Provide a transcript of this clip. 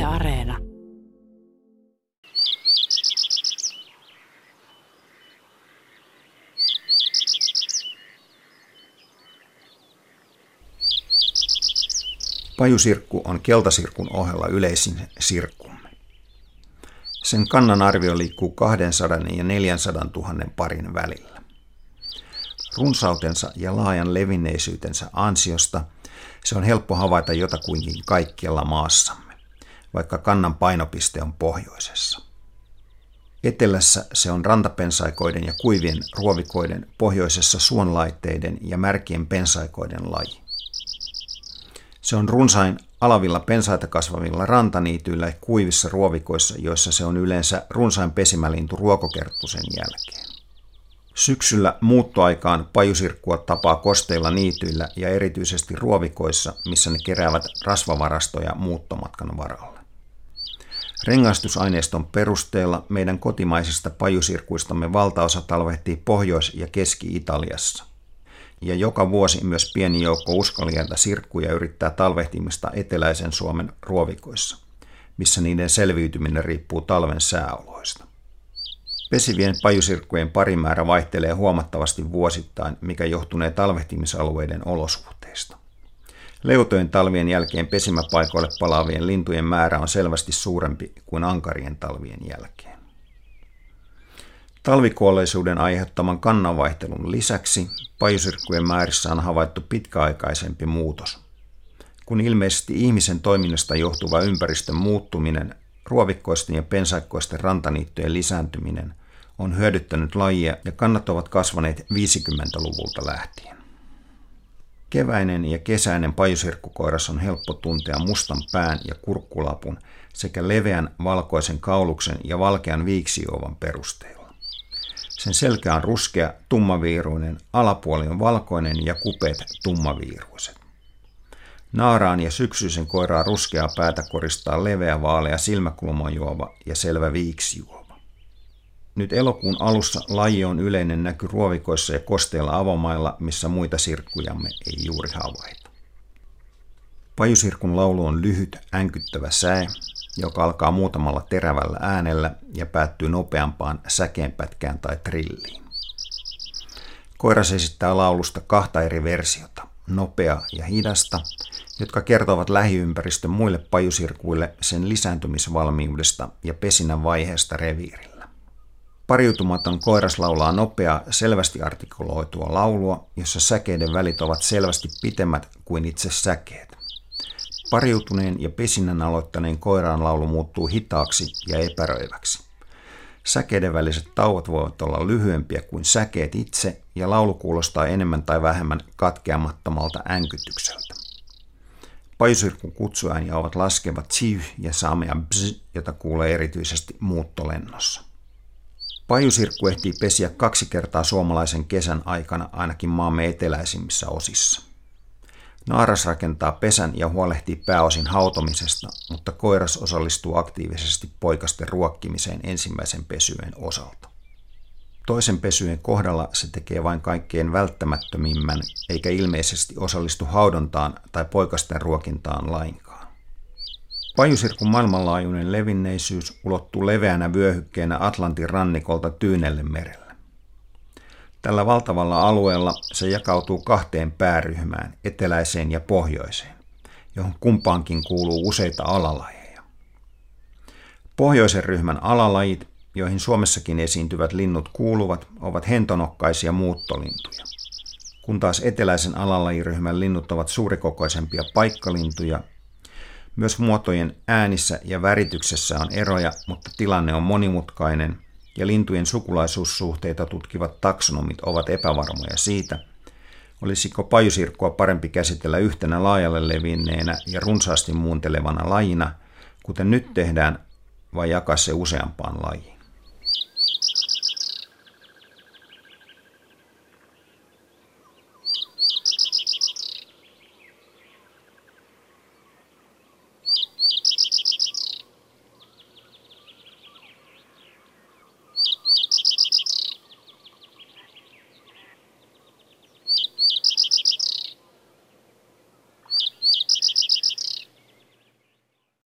Areena. Pajusirkku on keltasirkun ohella yleisin sirkkumme. Sen kannan arvio liikkuu 200 ja 400 000 parin välillä. Runsautensa ja laajan levinneisyytensä ansiosta se on helppo havaita jotakuinkin kaikkialla maassamme, vaikka kannan painopiste on pohjoisessa. Etelässä se on rantapensaikoiden ja kuivien ruovikoiden, pohjoisessa suonlaitteiden ja märkien pensaikoiden laji. Se on runsain alavilla pensaita kasvavilla rantaniityillä ja kuivissa ruovikoissa, joissa se on yleensä runsain pesimälintu ruokokerttusen jälkeen. Syksyllä muuttoaikaan pajusirkkua tapaa kosteilla niityillä ja erityisesti ruovikoissa, missä ne keräävät rasvavarastoja muuttomatkan varalle. Rengastusaineiston perusteella meidän kotimaisista pajusirkuistamme valtaosa talvehtii Pohjois- ja Keski-Italiassa. Ja joka vuosi myös pieni joukko uskaliaita sirkkuja yrittää talvehtimista eteläisen Suomen ruovikoissa, missä niiden selviytyminen riippuu talven sääoloista. Pesivien pajusirkkujen parimäärä vaihtelee huomattavasti vuosittain, mikä johtunee talvehtimisalueiden olosuhteista. Leutojen talvien jälkeen pesimäpaikoille palaavien lintujen määrä on selvästi suurempi kuin ankarien talvien jälkeen. Talvikuolleisuuden aiheuttaman kannanvaihtelun lisäksi pajusirkkujen määrissä on havaittu pitkäaikaisempi muutos. Kun ilmeisesti ihmisen toiminnasta johtuva ympäristön muuttuminen, ruovikkoisten ja pensaikkoisten rantaniittojen lisääntyminen on hyödyttänyt lajia ja kannat ovat kasvaneet 50-luvulta lähtien. Keväinen ja kesäinen pajusirkkukoiras on helppo tuntea mustan pään ja kurkkulapun sekä leveän valkoisen kauluksen ja valkean viiksijuovan perusteella. Sen selkä on ruskea, tummaviiruinen, alapuoli on valkoinen ja kupeet tummaviiruiset. Naaraan ja syksyisen koiraan ruskeaa päätä koristaa leveä vaalea silmäkulmajuova ja selvä viiksijuova. Nyt elokuun alussa laji on yleinen näky ruovikoissa ja kosteilla avomailla, missä muita sirkkujamme ei juuri havaita. Pajusirkun laulu on lyhyt, änkyttävä säe, joka alkaa muutamalla terävällä äänellä ja päättyy nopeampaan säkeenpätkään tai trilliin. Koiras esittää laulusta 2 eri versiota, nopea ja hidasta, jotka kertovat lähiympäristön muille pajusirkuille sen lisääntymisvalmiudesta ja pesinnän vaiheesta reviirillä. Pariutumaton koiras laulaa nopeaa, selvästi artikuloitua laulua, jossa säkeiden välit ovat selvästi pitemmät kuin itse säkeet. Pariutuneen ja pesinnän aloittaneen koiraan laulu muuttuu hitaaksi ja epäröiväksi. Säkeiden väliset tauot voivat olla lyhyempiä kuin säkeet itse ja laulu kuulostaa enemmän tai vähemmän katkeamattomalta änkytykseltä. Pajusirkun kutsuääniä ovat laskeva tsiy ja saamea bzz, jota kuulee erityisesti muuttolennossa. Pajusirkku ehtii pesiä 2 kertaa suomalaisen kesän aikana ainakin maamme eteläisimmissä osissa. Naaras rakentaa pesän ja huolehtii pääosin hautomisesta, mutta koiras osallistuu aktiivisesti poikasten ruokkimiseen ensimmäisen pesyen osalta. Toisen pesyen kohdalla se tekee vain kaikkein välttämättömimmän, eikä ilmeisesti osallistu haudontaan tai poikasten ruokintaan lainkaan. Pajusirkun maailmanlaajuinen levinneisyys ulottuu leveänä vyöhykkeenä Atlantin rannikolta Tyynelle merelle. Tällä valtavalla alueella se jakautuu 2 pääryhmään, eteläiseen ja pohjoiseen, johon kumpaankin kuuluu useita alalajeja. Pohjoisen ryhmän alalajit, joihin Suomessakin esiintyvät linnut kuuluvat, ovat hentonokkaisia muuttolintuja, kun taas eteläisen alalajiryhmän linnut ovat suurikokoisempia paikkalintuja. Myös muotojen äänissä ja värityksessä on eroja, mutta tilanne on monimutkainen ja lintujen sukulaisuussuhteita tutkivat taksonomit ovat epävarmoja siitä, olisiko pajusirkkua parempi käsitellä yhtenä laajalle levinneenä ja runsaasti muuntelevana lajina, kuten nyt tehdään, vai jakaa se useampaan lajiin.